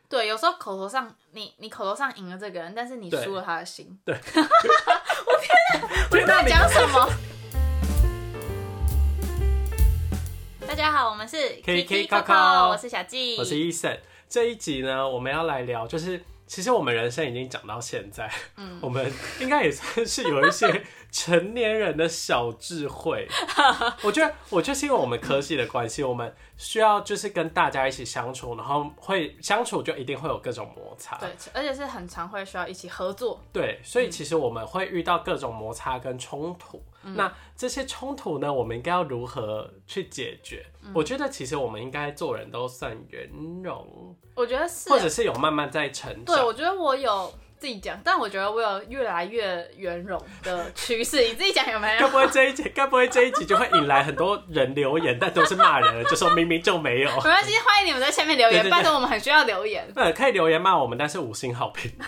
对，有时候口头上你口头上赢了这个人，但是你输了他的心。 对， 我天哪，我在讲什么？大家好，我们是 Kiki Coco， 我是小纪， 我是 Eason。这一集呢，我们要来聊，就是其实我们人生已经讲到现在，我们应该也算是有一些成年人的小智慧。我觉得是因为我们科系的关系，我们需要就是跟大家一起相处，然后会相处就一定会有各种摩擦。 对，而且是很常会需要一起合作。 对，所以其实我们会遇到各种摩擦跟冲突。那这些冲突呢，我们应该要如何去解决？我觉得其实我们应该做人都算圆融， 我觉得是， 或者是有慢慢在成长。 对，我觉得我有自己讲，但我觉得我有越来越圆融的趋势。你自己讲有没有？ 该不会这一集就会引来很多人留言，但都是骂人的，就说明明就没有。 没关系，欢迎你们在下面留言，拜托我们很需要留言。 可以留言骂我们，但是5星好评。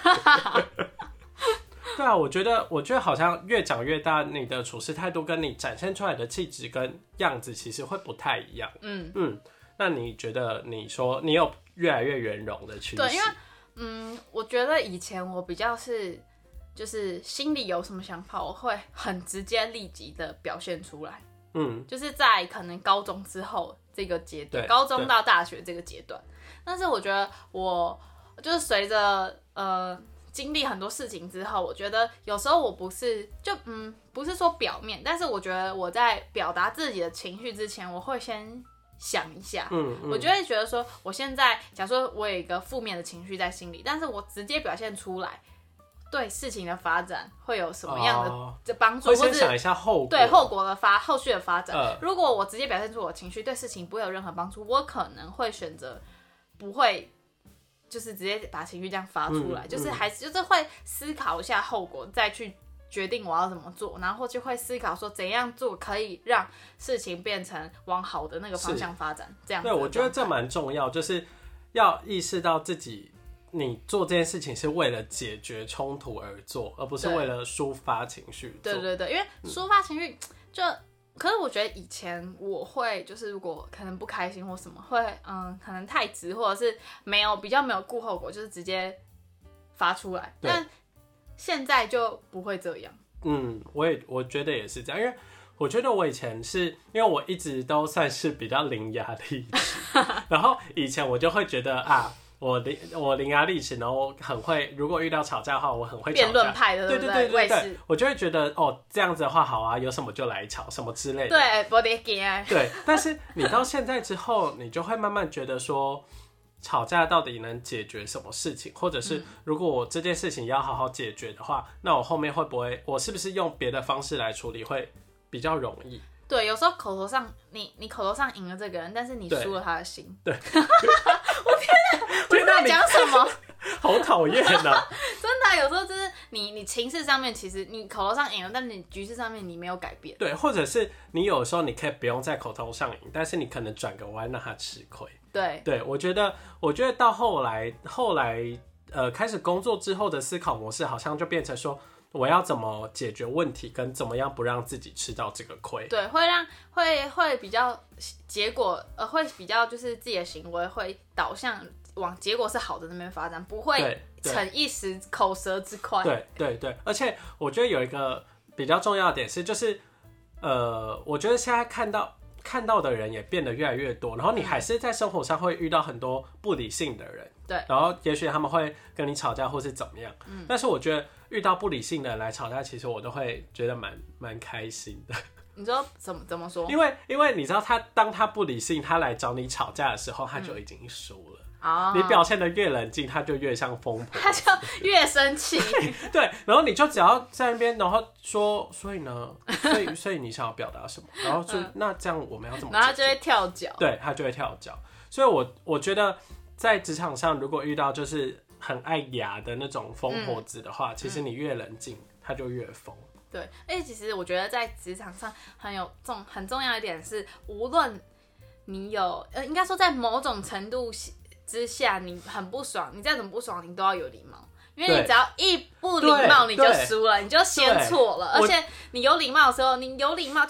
对啊，我觉得好像越长越大，你的处事态度跟你展现出来的气质跟样子，其实会不太一样。那你觉得你说你有越来越圆融的趋势？ 对，因为我觉得以前我比较是，就是心里有什么想法，我会很直接立即的表现出来。就是在可能高中之后这个阶段，高中到大学这个阶段。但是我觉得我就是随着经历很多事情之后，我觉得有时候我不是不是说表面，但是我觉得我在表达自己的情绪之前，我会先想一下。我就会觉得说，我现在假如说我有一个负面的情绪在心里，但是我直接表现出来，对事情的发展会有什么样的帮助？ 会先想一下后果， 对后续的发展。如果我直接表现出我的情绪，对事情不会有任何帮助，我可能会选择不会。就是直接把情绪这样发出来，就是还是就是会思考一下后果，再去决定我要怎么做，然后就会思考说怎样做可以让事情变成往好的那个方向发展。这样子对，我觉得这蛮重要，就是要意识到自己你做这件事情是为了解决冲突而做，而不是为了抒发情绪做。 对，因为抒发情绪就。可是我觉得以前我会就是如果可能不开心或什么会可能太直或者是比较没有顾后果，就是直接发出来。但现在就不会这样。 我觉得也是这样，因为我觉得我以前是因为我一直都算是比较伶牙俐齿，然后以前我就会觉得我伶牙俐齿，然后很会，如果遇到吵架的话，我很会吵架。 辩论派的，对不对？ 对，我就会觉得这样子的话好啊，有什么就来吵，什么之类的。 对，不得惊。 对，但是你到现在之后，你就会慢慢觉得说，吵架到底能解决什么事情，或者是如果我这件事情要好好解决的话，那我后面会不会，我是不是用别的方式来处理会比较容易？对， 有时候口头上你口头上赢了这个人，但是你输了他的心。 对， 我天哪，我在讲什么？ 好讨厌啊！ 真的，有时候就是你情势上面，其实你口头上赢了，但是你局势上面你没有改变。 对，或者是你有时候你可以不用在口头上赢，但是你可能转个弯让他吃亏。对，我觉得到后来开始工作之后的思考模式，好像就变成说。我要怎么解决问题，跟怎么样不让自己吃到这个亏？对， 会比较结果，会比较就是自己的行为会导向往结果是好的那边发展，不会逞一时口舌之快。 对，而且我觉得有一个比较重要的点是，就是我觉得现在看到的人也变得越来越多，然后你还是在生活上会遇到很多不理性的人， 对， 然后也许他们会跟你吵架或是怎么样，但是我觉得遇到不理性的人来吵架，其实我都会觉得蛮开心的。 你说怎么说？ 因为你知道当他不理性，他来找你吵架的时候，他就已经输了。你表现得越冷静，他就越像疯婆， 他就越生气。 对，然后你就只要在那边，然后说，所以呢，所以你想要表达什么？然后就那这样我们要怎么？ 然后他就会跳脚。 对，他就会跳脚。所以我觉得在职场上，如果遇到就是很爱牙的那种疯婆子的话，其实你越冷静，他就越疯。 对，而且其实我觉得在职场上很重要一点是，无论你有应该说在某种程度之下，你很不爽，你再怎么不爽，你都要有礼貌，因为你只要一不礼貌，你就输了，你就先错了。而且你有礼貌的时候，你有礼貌就是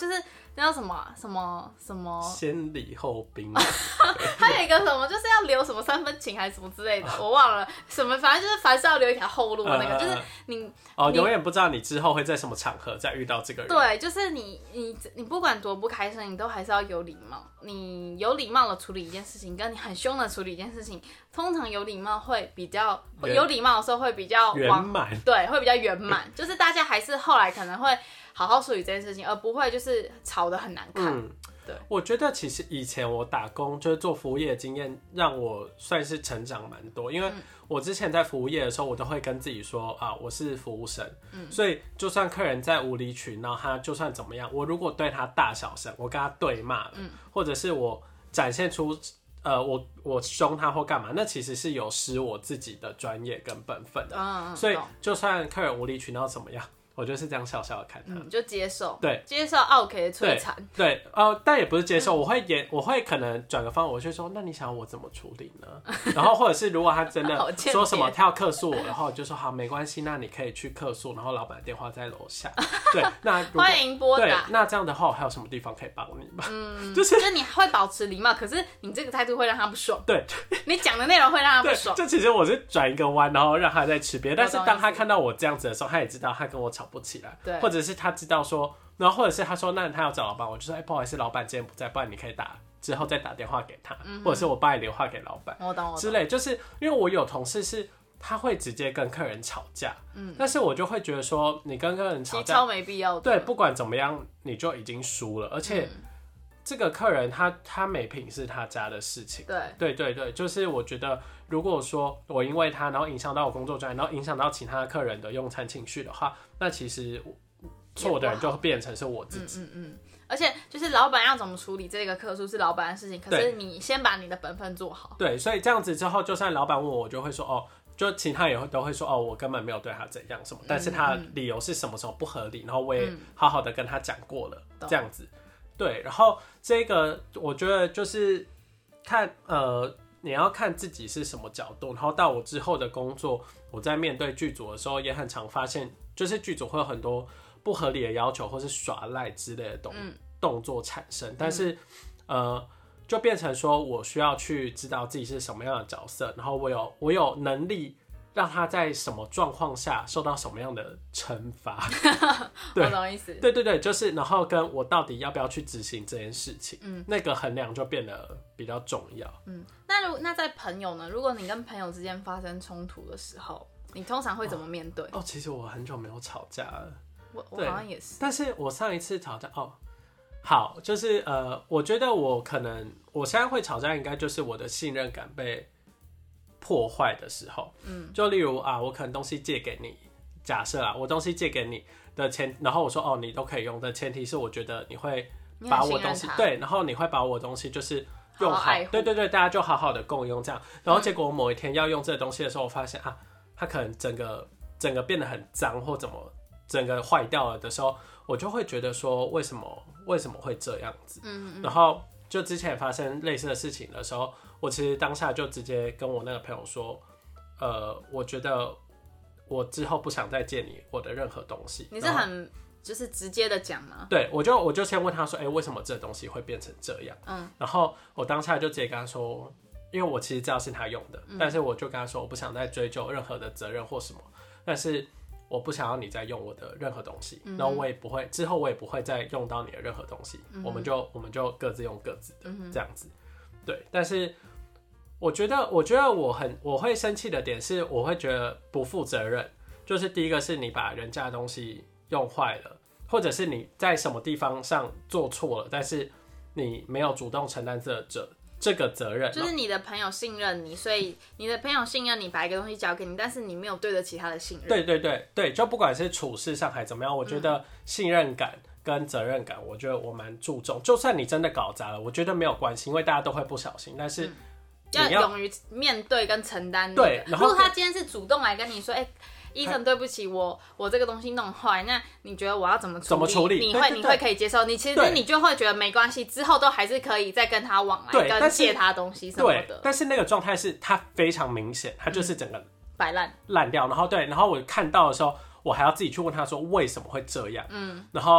那叫什么先礼后兵， 还有一个什么就是要留什么3分情还是什么之类的，我忘了什么，反正就是凡事要留一条后路的那个，就是你永远不知道你之后会在什么场合再遇到这个人。 对，就是你不管多不开心，你都还是要有礼貌。你有礼貌的处理一件事情，跟你很凶的处理一件事情，通常有礼貌会比较有礼貌的时候会比较圆满， 对，会比较圆满。就是大家还是后来可能会好好处理这件事情，而不会就是吵得很难看。对， 我觉得其实以前我打工就是做服务业的经验，让我算是成长蛮多。因为我之前在服务业的时候，我都会跟自己说啊，我是服务生，所以就算客人在无理取闹，他就算怎么样，我如果对他大小声，我跟他对骂了，或者是我展现出我凶他或干嘛，那其实是有失我自己的专业跟本分的。所以就算客人无理取闹怎么样，我就是这样笑笑的看他， 就接受， 对， 接受OK 的摧残， 对，但也不是接受，我会可能转个方，我就说，那你想要我怎么处理呢？然后或者是如果他真的说什么他要客诉我，然后我就说好，没关系，那你可以去客诉，然后老板的电话在楼下，对，那欢迎拨打， 对，那这样的话，我还有什么地方可以帮你吗？ 就是你会保持礼貌，可是你这个态度会让他不爽， 对， 你讲的内容会让他不爽， 就其实我是转一个弯，然后让他再吃瘪，但是当他看到我这样子的时候，他也知道他跟我吵不起来， 对， 或者是他知道说，然后或者是他说，那他要找老板，我就说，不好意思，老板今天不在，不然你可以之后再打电话给他，或者是我帮你留话给老板， 我懂之类，就是因为我有同事是他会直接跟客人吵架，但是我就会觉得说，你跟客人吵架超没必要的， 对，不管怎么样，你就已经输了，而且这个客人他没品是他家的事情，对，就是我觉得如果说我因为他，然后影响到我工作状态，然后影响到其他客人的用餐情绪的话，那其实错的人就变成是我自己。 而且就是老板要怎么处理这个客诉是老板的事情，可是你先把你的本分做好。 对，所以这样子之后，就算老板问我，我就会说就其他也都会说我根本没有对他怎样什么，但是他理由是什么不合理，然后我也好好的跟他讲过了，这样子。对，然后这个我觉得就是看你要看自己是什么角度，然后到我之后的工作，我在面对剧组的时候，也很常发现，就是剧组会有很多不合理的要求，或是耍赖之类的动作产生，但是就变成说我需要去知道自己是什么样的角色，然后我有能力让他在什么状况下受到什么样的惩罚。 我懂意思。 对，就是然后跟我到底要不要去执行这件事情，那个衡量就变得比较重要。 那在朋友呢？如果你跟朋友之间发生冲突的时候，你通常会怎么面对？ 其实我很久没有吵架了。 我好像也是， 但是我上一次吵架好，就是我觉得我现在会吵架，应该就是我的信任感被破坏的时候。就例如我可能东西借给你，假设我东西借给你的然后我说你都可以用的前提是我觉得你会把我东西对，然后你会把我东西就是用好，对，大家就好好的共用这样。然后结果我某一天要用这个东西的时候，我发现它可能整个变得很脏或怎么整个坏掉了的时候，我就会觉得说为什么会这样子？然后就之前发生类似的事情的时候，我其实当下就直接跟我那个朋友说，我觉得我之后不想再借你我的任何东西。 你是很就是直接的讲吗？ 对，我就先问他说，为什么这东西会变成这样？然后我当下就直接跟他说，因为我其实知道是他用的，但是我就跟他说，我不想再追究任何的责任或什么，但是我不想要你再用我的任何东西，然后我也不会之后我也不会再用到你的任何东西，我们就各自用各自的，这样子。对，但是我觉得我会生气的点是，我会觉得不负责任，就是第一个是你把人家的东西用坏了，或者是你在什么地方上做错了，但是你没有主动承担这个责任， 就是你的朋友信任你，所以你的朋友信任你把一个东西交给你，但是你没有对得起他的信任。 对，就不管是处事上还怎么样，我觉得信任感跟责任感，我觉得我蛮注重。就算你真的搞砸了，我觉得没有关系，因为大家都会不小心，但是要勇于面对跟承担。 对， 如果他今天是主动来跟你说，医生，对不起，我这个东西弄坏，那你觉得我要怎么处理？你会可以接受？你其实你就会觉得没关系，之后都还是可以再跟他往来，跟借他东西什么的。 对，但是那个状态是他非常明显，他就是整个摆烂掉。然后我看到的时候，我还要自己去问他说为什么会这样。然后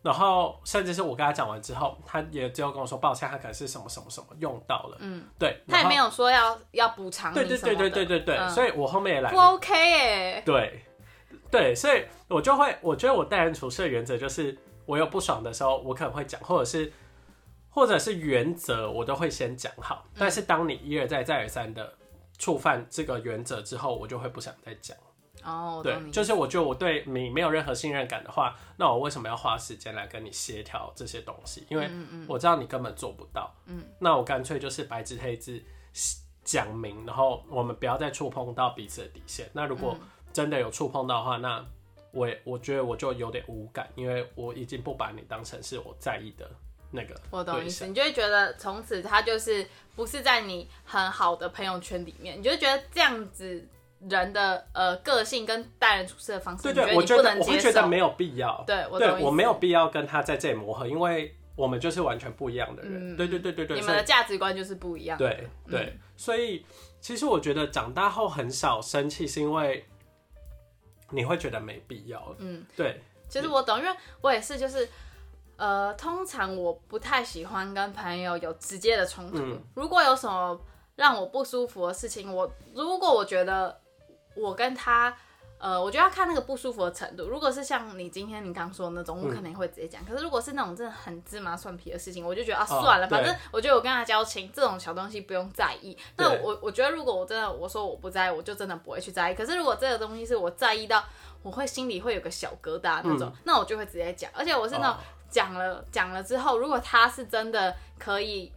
然后甚至是我跟他讲完之后，他也只有跟我说抱歉，他可能是什么什么什么用到了，对， 他也没有说要补偿你什么的， 对，所以我后面也来不 OK 耶， 对，所以我觉得我待人处事的原则就是，我有不爽的时候，我可能会讲，或者是原则，我都会先讲好。但是当你一而再再而三的触犯这个原则之后，我就会不想再讲。对，就是我觉得我对你没有任何信任感的话，那我为什么要花时间来跟你协调这些东西？因为我知道你根本做不到。那我干脆就是白纸黑字讲明，然后我们不要再触碰到彼此的底线。那如果真的有触碰到的话，那我觉得我就有点无感，因为我已经不把你当成是我在意的那个。 我懂意思，你就会觉得从此他就是不是在你很好的朋友圈里面，你就会觉得这样子人的个性跟待人处事的方式， 对，我觉得我会觉得没有必要。 对， 我没有必要跟他在这里磨合，因为我们就是完全不一样的人。对， 你们的价值观就是不一样。 对，所以其实我觉得长大后很少生气，是因为你会觉得没必要。对。 其实我懂，因为我也是，就是通常我不太喜欢跟朋友有直接的冲突。如果有什么让我不舒服的事情，如果我觉得我跟他，我觉得要看那个不舒服的程度。如果是像你今天你刚说的那种，我可能会直接讲。可是如果是那种真的很芝麻蒜皮的事情，我就觉得算了，反正我觉得我跟他交情，这种小东西不用在意。那我觉得如果我真的我说我不在意，我就真的不会去在意。可是如果这个东西是我在意到我会心里会有个小疙瘩那种，那我就会直接讲。而且我是那种讲了之后，如果他是真的可以，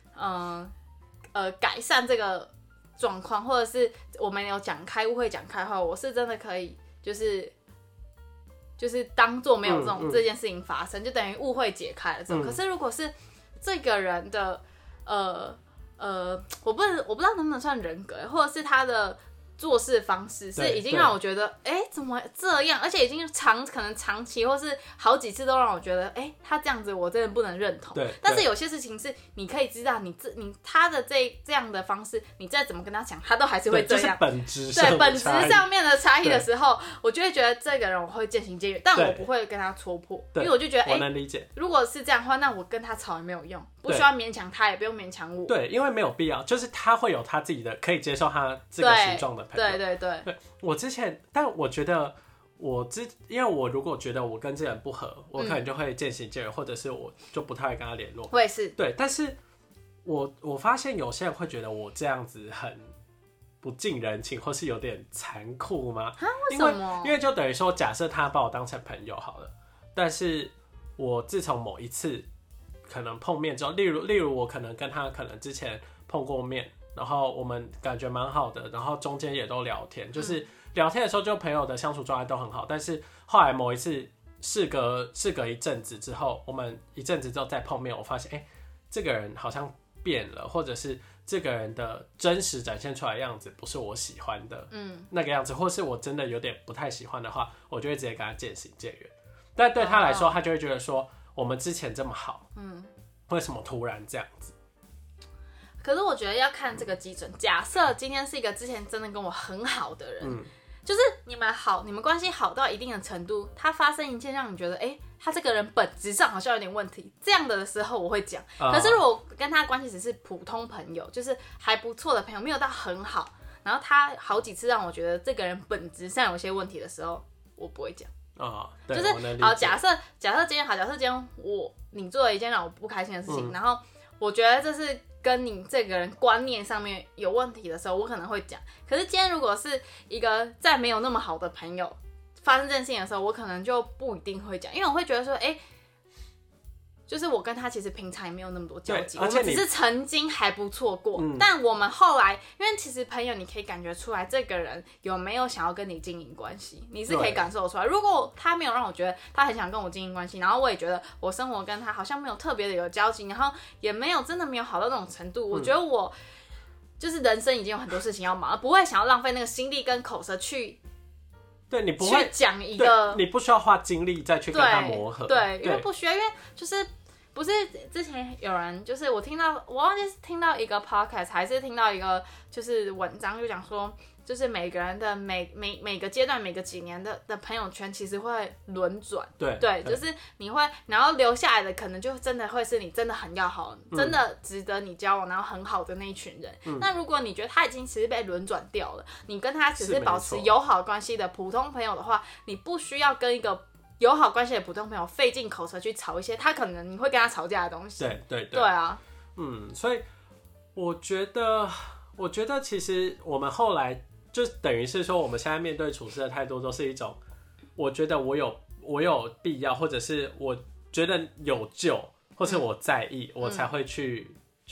改善这个状况，或者是我们有讲开误会讲开的话，我是真的可以就是当做没有这件事情发生，就等于误会解开了这种。可是如果是这个人的我不知道能不能算人格，或者是他的做事方式是已经让我觉得怎么这样，而且已经可能长期或是好几次都让我觉得他这样子我真的不能认同。但是有些事情是你可以知道他的这样的方式，你再怎么跟他讲，他都还是会这样。 就是本质上面的差异的时候，我就会觉得这个人我会渐行渐远，但我不会跟他戳破，因为我就觉得我能理解。 如果是这样的话，那我跟他吵也没有用，不需要勉强他，也不用勉强我。 对，因为没有必要，就是他会有他自己的可以接受他这个形状的朋友。 对， 我之前，但我觉得因为我如果觉得我跟这人不合，我可能就会渐行渐远，或者是我就不太会跟他联络。 我也是。 对，但是我发现有些人会觉得我这样子很不近人情，或是有点残酷吗？ 为什么？ 因为就等于说，假设他把我当成朋友好了，但是我自从某一次可能碰面之后，例如我可能跟他可能之前碰过面。然后我们感觉蛮好的，然后中间也都聊天，就是聊天的时候就朋友的相处状态都很好。但是后来某一次事隔一阵子之后，我们一阵子之后再碰面，我发现这个人好像变了，或者是这个人的真实展现出来的样子不是我喜欢的那个样子，或是我真的有点不太喜欢的话，我就会直接跟他渐行渐远。但对他来说，他就会觉得说我们之前这么好，为什么突然这样子？ 可是我觉得要看这个基准。假设今天是一个之前真的跟我很好的人，就是你们关系好到一定的程度，他发生一件让你觉得他这个人本质上好像有点问题，这样的时候我会讲。可是如果跟他关系只是普通朋友，就是还不错的朋友，没有到很好，然后他好几次让我觉得这个人本质上有些问题的时候，我不会讲。就是好，假设今天你做了一件让我不开心的事情，然后我觉得这是跟你这个人观念上面有问题的时候，我可能会讲。可是今天如果是一个再没有那么好的朋友发生这件事情的时候，我可能就不一定会讲，因为我会觉得说，就是我跟他其实平常也没有那么多交集，我们只是曾经还不错过，但我们后来，因为其实朋友你可以感觉出来这个人有没有想要跟你经营关系，你是可以感受出来。如果他没有让我觉得他很想跟我经营关系，然后我也觉得我生活跟他好像没有特别的有交集，然后也没有真的没有好到那种程度，我觉得我就是人生已经有很多事情要忙，不会想要浪费那个心力跟口舌去。 对，你不会讲一个， 你不需要花精力再去跟他磨合。 对，因为不需要，因为就是不是之前有人就是我忘记是听到一个 podcast 还是听到一个就是文章，就讲说就是每个人的每个阶段每个几年的朋友圈其实会轮转，对，就是你会然后留下来的可能就真的会是你真的很要好，真的值得你交往然后很好的那一群人。那如果你觉得他已经其实被轮转掉了，你跟他只是保持友好关系的普通朋友的话，你不需要跟一个友好关系的普通朋友费尽口舌去吵一些他可能你会跟他吵架的东西。对啊， 所以我觉得其实我们后来就等于是说，我们现在面对处事的态度都是一种，我觉得我有必要，或者是我觉得有救，或是我在意，我才会去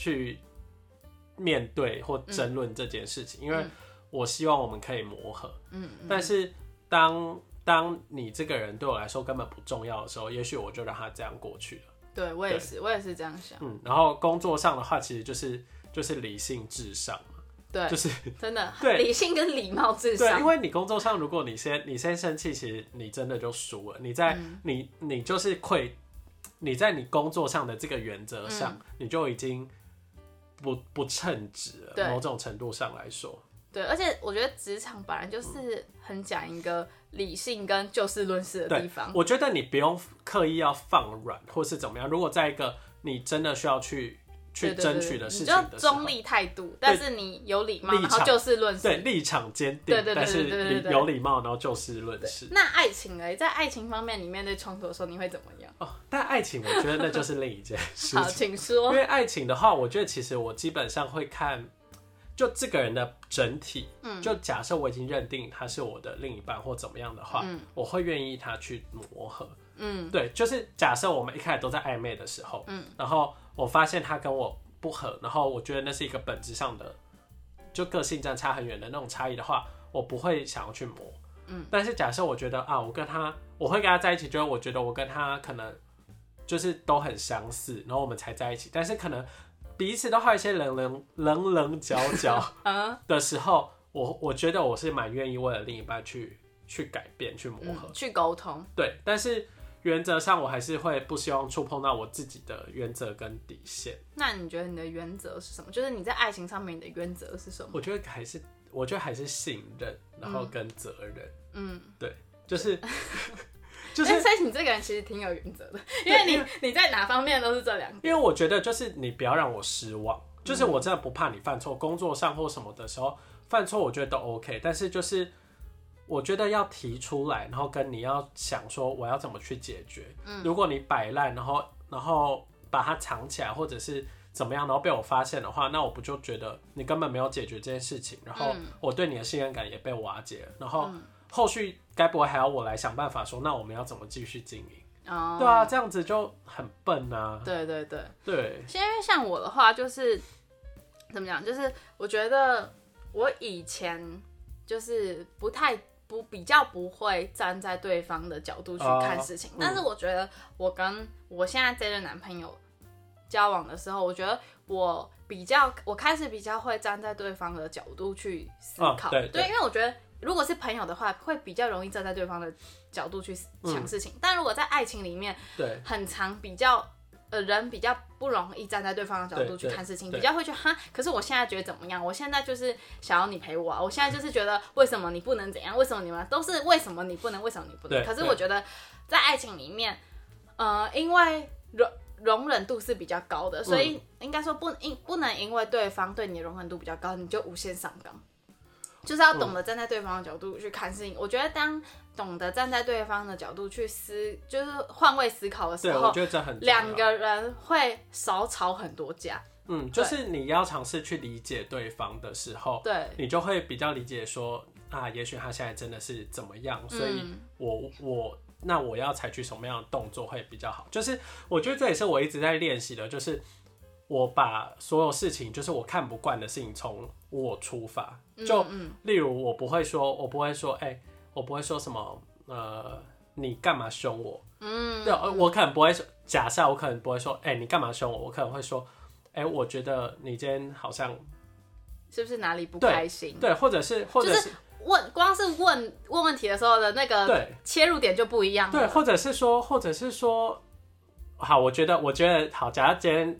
面对或争论这件事情，因为我希望我们可以磨合。但是当你这个人对我来说根本不重要的时候，也许我就让他这样过去了。 对，我也是这样想。 然后工作上的话，其实就是理性至上嘛。 对， 就是真的理性跟礼貌至上。 对，因为你工作上，如果你先生气，其实你真的就输了。你就是你在你工作上的这个原则上，你就已经不称职了。某种程度上来说。 对，而且我觉得职场本来就是很讲一个理性跟就事论事的地方。 我觉得你不用刻意要放软或是怎么样，如果在一个你真的需要去争取的事情的时候， 你就中立态度，但是你有礼貌，然后就事论事。 对，立场坚定，但是你有礼貌，然后就事论事。 那爱情呢？在爱情方面，你面对冲突的时候，你会怎么样？ 但爱情，我觉得那就是另一件事情。 好，请说。 因为爱情的话，我觉得其实我基本上会看。就这个人的整体，就假设我已经认定他是我的另一半或怎么样的话，我会愿意他去磨合。对，就是假设我们一开始都在暧昧的时候，然后我发现他跟我不合，然后我觉得那是一个本质上的，就个性真的差很远的那种差异的话，我不会想要去磨。但是假设我觉得我会跟他在一起，就是我觉得我跟他可能就是都很相似，然后我们才在一起，但是可能。彼此都还有一些棱角角的时候，我觉得我是蛮愿意为了另一半去改变、去磨合、 去沟通。 对，但是原则上我还是会不希望触碰到我自己的原则跟底线。 那你觉得你的原则是什么？就是你在爱情上面你的原则是什么？ 我觉得还是信任，然后跟责任。对，就是。 所以你这个人其实挺有原则的，因为你在哪方面都是这两点。 因为我觉得就是你不要让我失望，就是我真的不怕你犯错，工作上或什么的时候犯错，我觉得都 OK。但是就是我觉得要提出来，然后跟你要想说我要怎么去解决。如果你摆烂，然后把它藏起来，或者是怎么样，然后被我发现的话，那我不就觉得你根本没有解决这件事情，然后我对你的信任感也被瓦解了，然后。后续该不会还要我来想办法说，那我们要怎么继续经营？对啊，这样子就很笨啊。 对。 因为像我的话，就是怎么讲，就是我觉得我以前就是比较不会站在对方的角度去看事情，但是我觉得我跟我现在这任男朋友交往的时候，我觉得我开始比较会站在对方的角度去思考。对，因为我觉得。如果是朋友的话，会比较容易站在对方的角度去想事情。但如果在爱情里面，很常人比较不容易站在对方的角度去看事情，比较会去可是我现在觉得怎么样？我现在就是想要你陪我啊！我现在就是觉得为什么你不能怎样？为什么你们都是为什么你不能？为什么你不能？可是我觉得在爱情里面，因为容忍度是比较高的，所以应该说不能因为对方对你的容忍度比较高，你就无限上纲。就是要懂得站在对方的角度去看事情。我觉得当懂得站在对方的角度去就是换位思考的时候， 对，我觉得这很重要。 两个人会少吵很多架。 就是你要尝试去理解对方的时候，对，你就会比较理解说也许他现在真的是怎么样，所以我要采取什么样的动作会比较好。就是我觉得这也是我一直在练习的，就是我把所有事情，就是我看不惯的事情从我出发。就例如我不会说什么你干嘛凶我？对，我可能不会说，假设我可能不会说你干嘛凶我？我可能会说我觉得你今天好像是不是哪里不开心？ 对，或者是就是光是问问题的时候的那个切入点就不一样了。 对，或者是说好，我觉得好，假如今天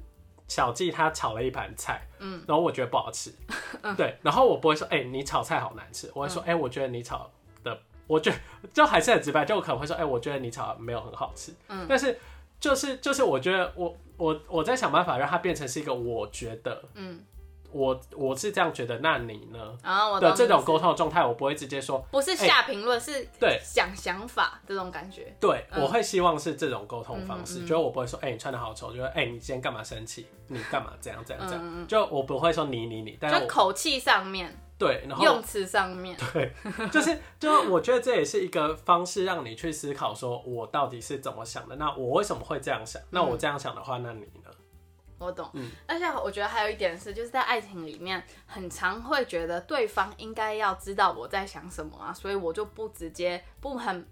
小纪他炒了一盘菜，然后我觉得不好吃，对，然后我不会说，你炒菜好难吃，我会说，我觉得你炒的，我觉得就还是很直白，就我可能会说，我觉得你炒的没有很好吃，但是就是我觉得我在想办法让它变成是一个我觉得，我是这样觉得，那你呢？的这种沟通的状态，我不会直接说， 不是下评论，是对想法这种感觉。 对，我会希望是这种沟通方式，就是我不会说，你穿的好丑，就是你今天干嘛生气？你干嘛这样？就我不会说你，但是就口气上面， 对，然后用词上面， 对，就我觉得这也是一个方式，让你去思考，说我到底是怎么想的？那我为什么会这样想？那我这样想的话，那你呢？ 我懂，而且我觉得还有一点是，就是在爱情里面，很常会觉得对方应该要知道我在想什么啊，所以我就不直接不很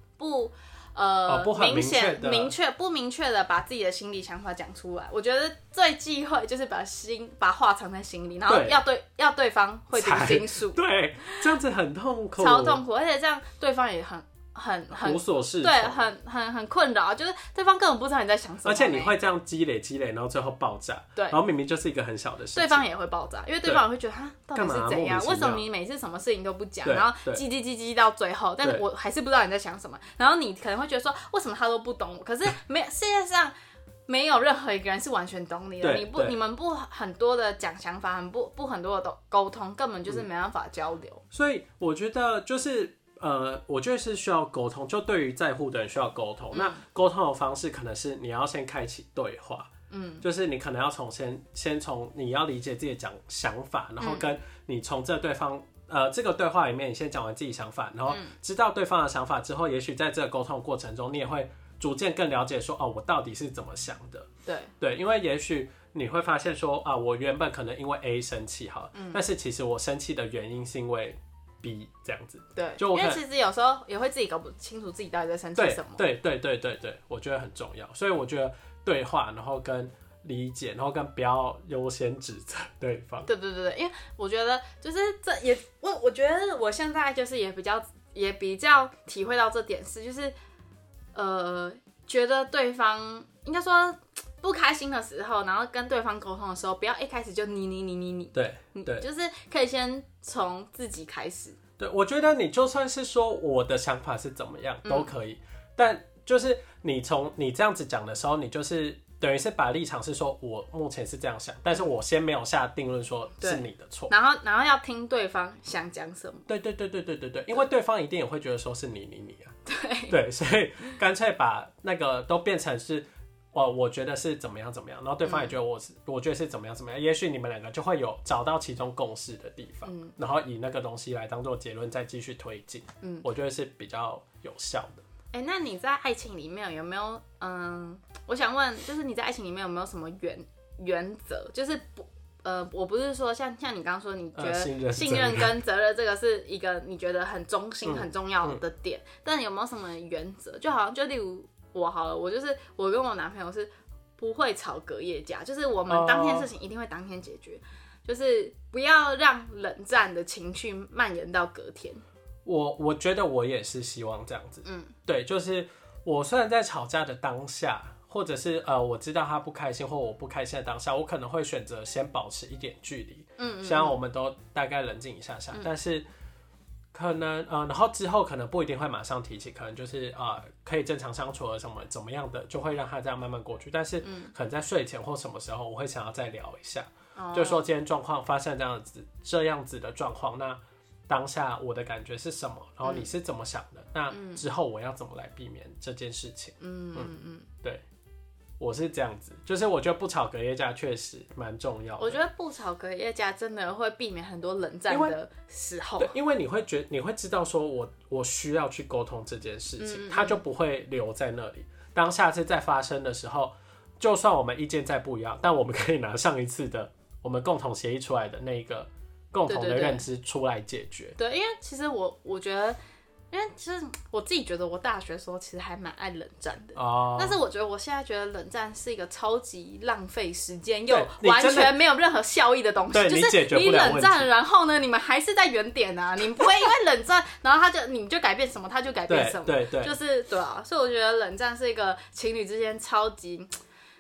明确的把自己的心理想法讲出来。我觉得最忌讳就是把话藏在心里，然后要对方会读心术， 对，这样子很痛苦， 超痛苦，而且这样对方也很无所适从， 对，很困扰，就是对方根本不知道你在想什么， 而且你会这样积累，然后最后爆炸， 对， 然后明明就是一个很小的事情， 对方也会爆炸，因为对方也会觉得到底是怎样，为什么你每次什么事情都不讲，然后叽到最后，但是我还是不知道你在想什么，然后你可能会觉得说，为什么他都不懂我？可是世界上没有任何一个人是完全懂你的，你们不很多的讲想法，很多的沟通，根本就是没办法交流。 所以我觉得就是我觉得是需要沟通，就对于在乎的人需要沟通。那沟通的方式可能是你要先开启对话，就是你可能要先从你要理解自己的想法，然后跟你从这对方这个对话里面，你先讲完自己想法，然后知道对方的想法之后，也许在这个沟通的过程中，你也会逐渐更了解说，我到底是怎么想的。对，因为也许你会发现说，我原本可能因为 A 生气好了，但是其实我生气的原因是因为B 这样子， 对，因为其实有时候也会自己搞不清楚自己到底在生气什么。 对，我觉得很重要，所以我觉得对话，然后跟理解，然后跟不要优先指责对方。 对，因为我觉得就是我觉得我现在就是也比较体会到这点是，就是觉得对方应该说不开心的时候，然后跟对方沟通的时候，不要一开始就你， 对， 就是可以先从自己开始。 对，我觉得你就算是说我的想法是怎么样都可以，但就是你这样子讲的时候，你就是等于是把立场是说我目前是这样想，但是我先没有下定论说是你的错， 然后要听对方想讲什么。 对，因为对方一定也会觉得说是你啊，对，所以干脆把那个都变成是。我觉得是怎么样，然后对方也觉得我觉得是怎么样，也许你们两个就会有找到其中共识的地方，然后以那个东西来当做结论，再继续推进。我觉得是比较有效的。 那你在爱情里面有没有我想问，就是你在爱情里面有没有什么原则？就是我不是说像你刚刚说，你觉得信任跟责任这个是一个你觉得很中心、很重要的点，但有没有什么原则？就好像就例如。我好了，我跟我男朋友是不会吵隔夜架，就是我们当天事情一定会当天解决，就是不要让冷战的情绪蔓延到隔天。 我觉得我也是希望这样子，对，就是我虽然在吵架的当下，或者是我知道他不开心或我不开心的当下，我可能会选择先保持一点距离，希望我们都大概冷静一下，但是。可能然后之后可能不一定会马上提起，可能就是可以正常相处了怎么样的，就会让他这样慢慢过去。但是可能在睡前或什么时候，我会想要再聊一下，就说今天状况发生这样子的状况，那当下我的感觉是什么，然后你是怎么想的，那之后我要怎么来避免这件事情？对。我是这样子，就是我觉得不吵隔夜架确实蛮重要的。 我觉得不吵隔夜架真的会避免很多冷战的时候。 对，因为你会知道说我需要去沟通这件事情，它就不会留在那里。当下次再发生的时候，就算我们意见再不一样，但我们可以拿上一次的我们共同协议出来的那个共同的认知出来解决。 对，因为其实我觉得。因为其实我自己觉得我大学的时候其实还蛮爱冷战的，但是我觉得我现在觉得冷战是一个超级浪费时间又完全没有任何效益的东西，就是你冷战，然后呢你们还是在原点啊，你不会因为冷战然后你就改变什么，他就改变什么， 对， 就是对啊，所以我觉得冷战是一个情侣之间超级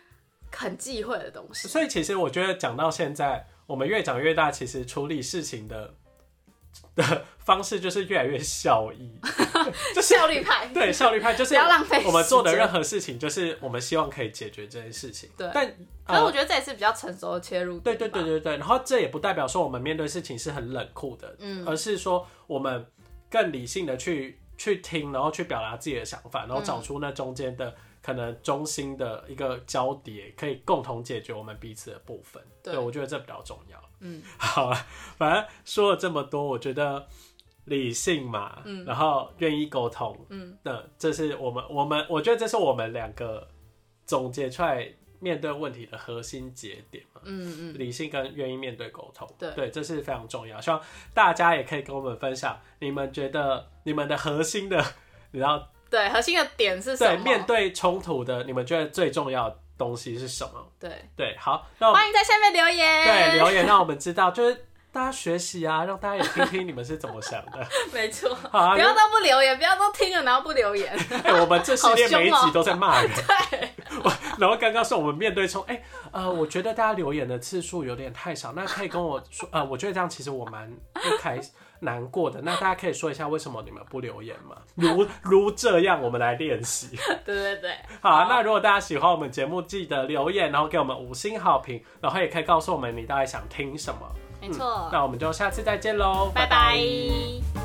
很忌讳的东西。 所以其实我觉得讲到现在，我们越长越大，其实处理事情的方式就是越来越效益， 就是效率派。 对，效率派就是不要浪费时间。 我们做的任何事情，就是我们希望可以解决这件事情。 对， 但可是我觉得这也是比较成熟的切入点。 对。然后这也不代表说我们面对事情是很冷酷的，而是说我们更理性的去听，然后去表达自己的想法，然后找出那中间的可能中心的一个交叠，可以共同解决我们彼此的部分。对，我觉得这比较重要。好了，反正说了这么多，我觉得理性嘛，然后愿意沟通，这是我觉得这是我们两个总结出来面对问题的核心节点嘛。理性跟愿意面对沟通，对，这是非常重要。希望大家也可以跟我们分享，你们觉得你们的核心的，你知道， 对，核心的点是什么？ 对，面对冲突的，你们觉得最重要的东西是什么？对，好，那欢迎在下面留言， 对，留言让我们知道，就是大家学习啊，让大家也听听你们是怎么想的。 没错，不要都不留言，不要都听了然后不留言。 我们这系列每一集都在骂人。 对。 然后刚刚是我们面对冲，我觉得大家留言的次数有点太少，那可以跟我说，我觉得这样其实我蛮难过的。那大家可以说一下为什么你们不留言吗？如这样，我们来练习。 对。 好，那如果大家喜欢我们节目，记得留言，然后给我们5星好评，然后也可以告诉我们你到底想听什么。 没错， 那我们就下次再见喽， 拜拜。